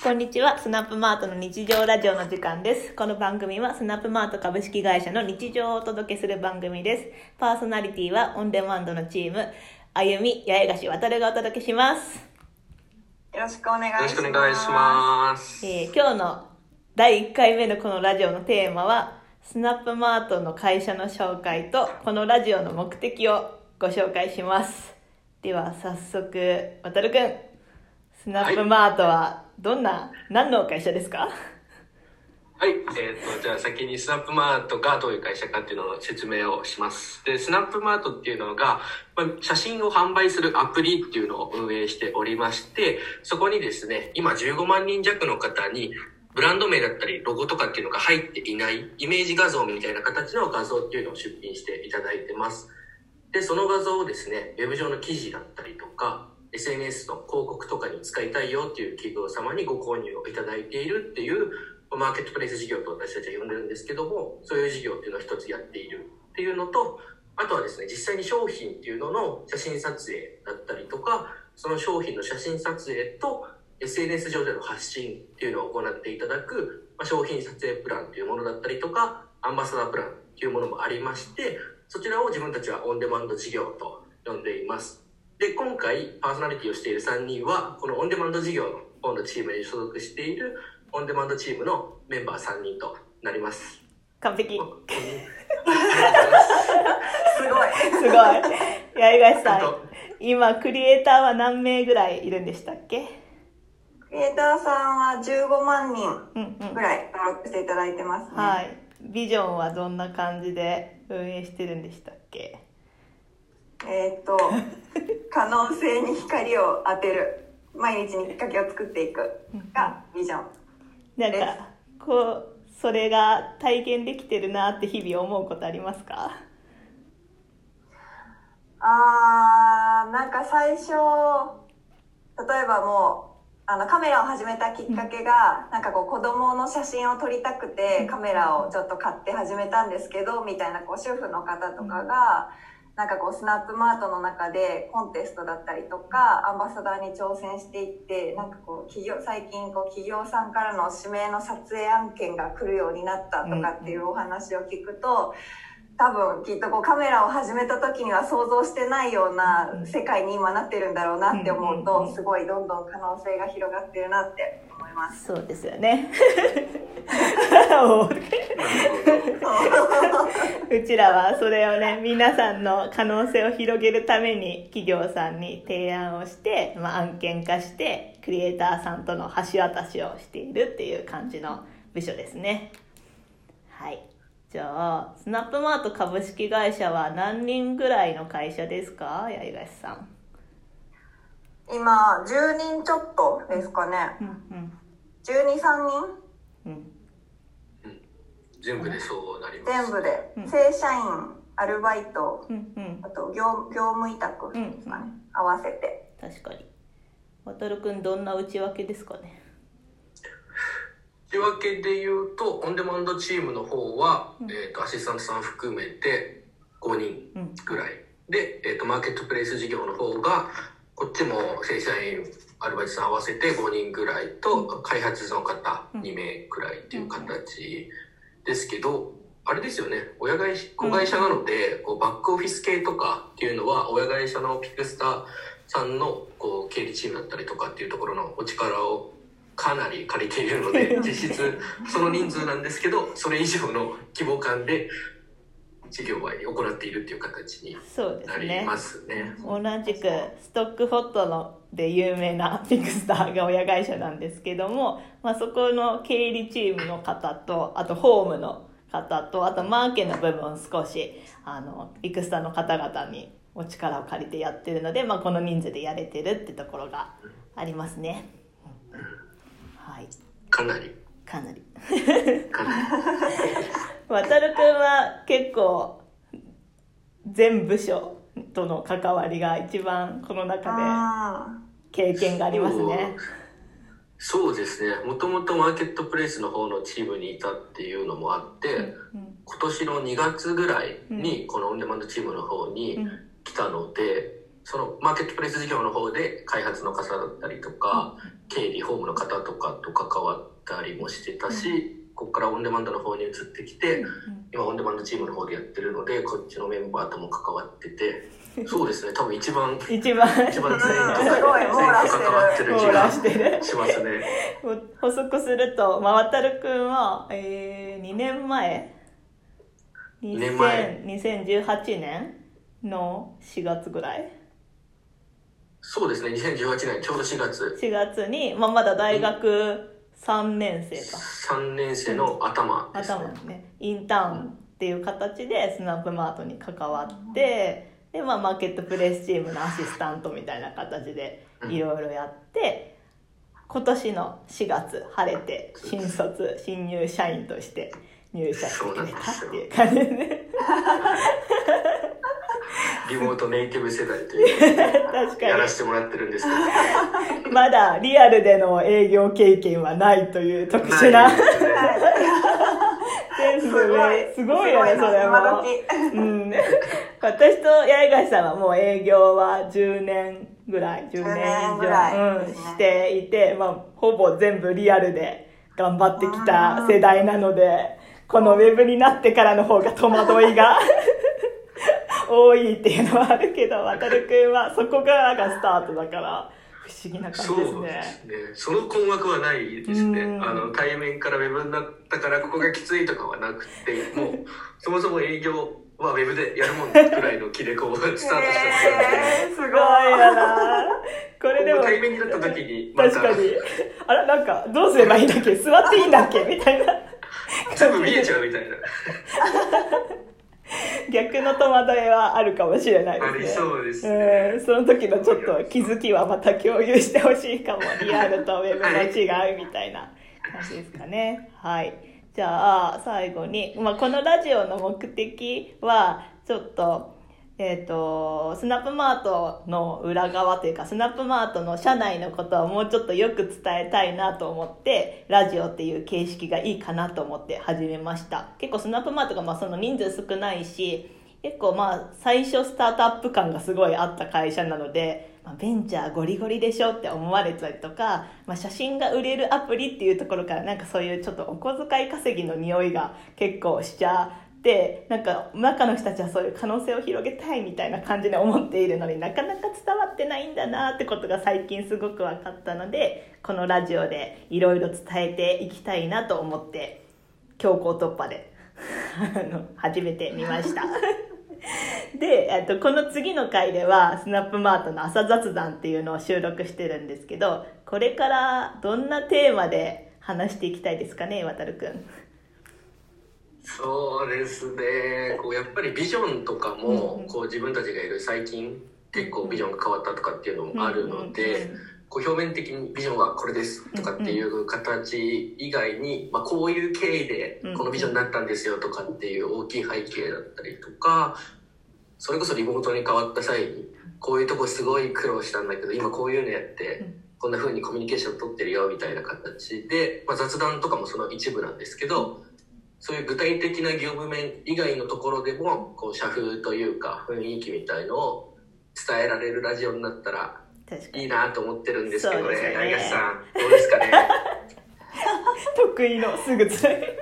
こんにちは。スナップマートの日常ラジオの時間です。この番組はスナップマート株式会社の日常をお届けする番組です。パーソナリティはオンデマンドのチーム、あゆみ、八重樫渡がお届けします。 よろしくお願いします。 よろしくお願いします。 今日の第1回目のこのラジオのテーマは、スナップマートの会社の紹介とこのラジオの目的をご紹介します。では早速、渡くん、スナップマートは何の会社ですか？ はい、じゃあ先にスナップマートがどういう会社かっていうのを説明をします。で、スナップマートっていうのが、写真を販売するアプリっていうのを運営しておりまして、そこにですね、今15万人弱の方にブランド名だったりロゴとかっていうのが入っていないイメージ画像みたいな形の画像っていうのを出品していただいてます。で、その画像をですね、ウェブ上の記事だったりとか、SNS の広告とかに使いたいよっていう企業様にご購入をいただいているっていうマーケットプレイス事業と私たちは呼んでるんですけども、そういう事業っていうのを一つやっているっていうのと、あとはですね、実際に商品っていうのの写真撮影だったりとか、その商品の写真撮影と SNS 上での発信っていうのを行っていただく、商品撮影プランっていうものだったりとか、アンバサダープランっていうものもありまして、そちらを自分たちはオンデマンド事業と呼んでいます。で、今回パーソナリティをしている3人は、このオンデマンド事業の方のチームに所属しているオンデマンドチームのメンバー3人となります。 完璧。すすごい。 八重樫さん、今クリエイターは何名ぐらいいるんでしたっけ？ クリエイターさんは15万人ぐらい登録していただいてますね。 はい。ビジョンはどんな感じで運営してるんでしたっけ？ 可能性に光を当てる、毎日にきっかけを作っていくがビジョンなんかそれが体験できてるなって日々思うことありますか？ なんか最初、例えばもうカメラを始めたきっかけが、なんかこう子供の写真を撮りたくてカメラをちょっと買って始めたんですけどみたいな主婦の方とかが、なんかスナップマートの中でコンテストだったりとかアンバサダーに挑戦していって、なんか最近企業さんからの指名の撮影案件が来るようになったとかっていうお話を聞くと、多分きっとカメラを始めた時には想像してないような世界に今なってるんだろうなって思うと、すごいどんどん可能性が広がってるなって思います。 そうですよね。うちらはそれをね、皆さんの可能性を広げるために企業さんに提案をして、案件化してクリエイターさんとの橋渡しをしているっていう感じの部署ですね。はい。じゃあスナップマート株式会社は何人ぐらいの会社ですか？八重樫さん。 今10人ちょっとですかね。12、3人、 全部でそうなります。 全部で、正社員、アルバイト、あと業務委託ですかね、合わせて。 確かに。渡くんどんな内訳ですかね？ 内訳で言うと、オンデマンドチームの方は、アシスタントさん含めて5人ぐらい、で、マーケットプレイス事業の方がこっちも正社員アルバイトさん合わせて5人ぐらいと、開発の方2名くらいっていう形ですけど、あれですよね、子会社なので、バックオフィス系とかっていうのは親会社のピクスターさんの経理チームだったりとかっていうところのお力をかなり借りているので、実質その人数なんですけど、それ以上の規模感で事業は行っているっていう形になりますね。 同じくストックフォトので有名なピクスターが親会社なんですけども、そこの経理チームの方と、あとホームの方と、あとマーケの部分少しピクスターの方々にお力を借りてやってるので、この人数でやれてるってところがありますね。はい、 かなり渡くんは結構全部署との関わりが一番この中で経験がありますね。 そうですね、もともとマーケットプレイスの方のチームにいたっていうのもあって、今年の2月ぐらいにこのオンデマンドチームの方に来たので、 そのマーケットプレイス事業の方で開発の方だったりとか、経理、法務の方とかと関わったりもしてたし、ここからオンデマンドの方に移ってきて、今オンデマンドチームの方でやってるので、こっちのメンバーとも関わってて、そうですね、多分一番全員とすごい網羅関わってる気がしますね。 補足すると、渡るくんは、2年前2018年の4月ぐらい、 そうですね、2018年ちょうど4月に、まだ大学3年生か 3年生の頭ですね、インターンっていう形でスナップマートに関わって、で、マーケットプレイスチームのアシスタントみたいな形でいろいろやって、今年の4月晴れて新入社員として入社してくれたっていう感じですね。 リモートネイティブ世代という確かにやらせてもらってるんですけど、 まだリアルでの営業経験はないという特殊な全部すごいよね、それも。私と八重樫さんはもう営業は10年ぐらい以上、していて、ほぼ全部リアルで頑張ってきた世代なので、このウェブになってからの方が戸惑いが多いっていうのはあるけど、渡るくんはそこからがスタートだから不思議な感じですね。 そうですね、その困惑はないですね。対面からウェブになったからここがきついとかはなくて、もうそもそも営業はウェブでやるもんくらいの気でこうスタートしちゃったんで、 すごいやな。これでも対面になった時に確かになんかどうすればいいんだっけ、座っていいんだっけみたいな全部見えちゃうみたいな逆の戸惑いはあるかもしれないですね。 ありそうですね。 その時のちょっと気づきはまた共有してほしいかも。リアルとウェブの違いみたいな感じですかね。はい。じゃあ最後に、このラジオの目的はちょっとスナップマートの裏側というか、スナップマートの社内のことをもうちょっとよく伝えたいなと思って、ラジオっていう形式がいいかなと思って始めました。結構スナップマートがその人数少ないし、結構最初スタートアップ感がすごいあった会社なので、ベンチャーゴリゴリでしょって思われたりとか、写真が売れるアプリっていうところからなんかそういうちょっとお小遣い稼ぎの匂いが結構しちゃってなんか中の人たちはそういう可能性を広げたいみたいな感じで思っているのになかなか伝わってないんだなってことが最近すごく分かったので、このラジオでいろいろ伝えていきたいなと思って強行突破で始めてみましたで、この次の回ではスナップマートの朝雑談っていうのを収録してるんですけど、これからどんなテーマで話していきたいですかね、渡るくん。 そうですね、やっぱりビジョンとかも自分たちがいる最近結構ビジョンが変わったとかっていうのもあるので、表面的にビジョンはこれですとかっていう形以外に、こういう経緯でこのビジョンになったんですよとかっていう大きい背景だったりとか、それこそリモートに変わった際にこういうとこすごい苦労したんだけど今こういうのやってこんな風にコミュニケーション取ってるよみたいな形で、雑談とかもその一部なんですけど、そういう具体的な業務面以外のところでも社風というか雰囲気みたいのを伝えられるラジオになったらいいなと思ってるんですけどね。八重樫さんどうですかね得意のすぐ伝える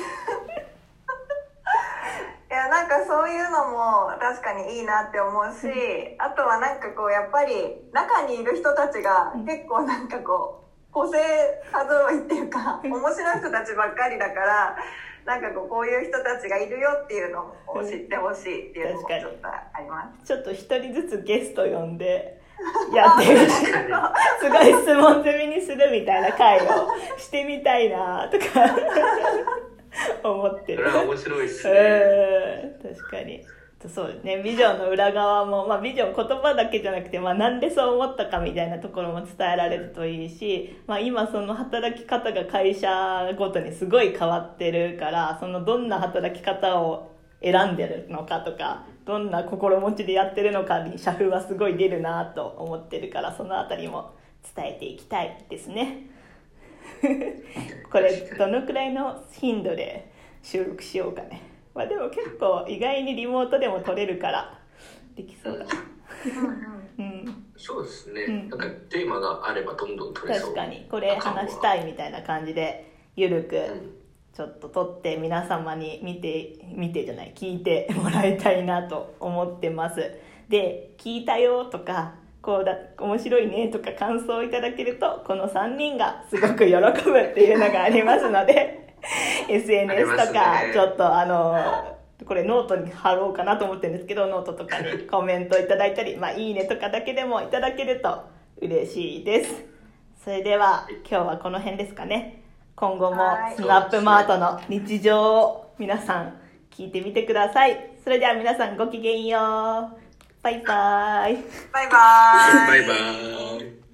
いやなんかそういうのも確かにいいなって思うし、あとはなんかやっぱり中にいる人たちが結構なんか個性派揃いっていうか面白い人たちばっかりだからなんかこういう人たちがいるよっていうのを知ってほしいっていうのもちょっとあります。 ちょっと一人ずつゲスト呼んでやってみてすごい質問済みにするみたいな会をしてみたいなとか思ってる。 それは面白いっすね。 確かにそうね、ビジョンの裏側も、ビジョン言葉だけじゃなくて、なんでそう思ったかみたいなところも伝えられるといいし、今その働き方が会社ごとにすごい変わってるから、そのどんな働き方を選んでるのかとかどんな心持ちでやってるのかに社風はすごい出るなと思ってるから、そのあたりも伝えていきたいですねこれどのくらいの頻度で収録しようかね。でも結構意外にリモートでも撮れるからできそうだうん、 そうですね、 うん、 なんかテーマがあればどんどん取れそう。 確かにこれ話したいみたいな感じでゆるくちょっと撮って皆様に見てじゃない聞いてもらいたいなと思ってます。で、聞いたよとかこうだ面白いねとか感想をいただけるとこの3人がすごく喜ぶっていうのがありますのでSNS とかちょっとこれノートに貼ろうかなと思ってるんですけど、ノートとかにコメントいただいたり、いいねとかだけでもいただけると嬉しいです。それでは今日はこの辺ですかね。今後もスナップマートの日常を皆さん聞いてみてください。それでは皆さんごきげんよう。バイバイ。 バイバイ。 バイバイ。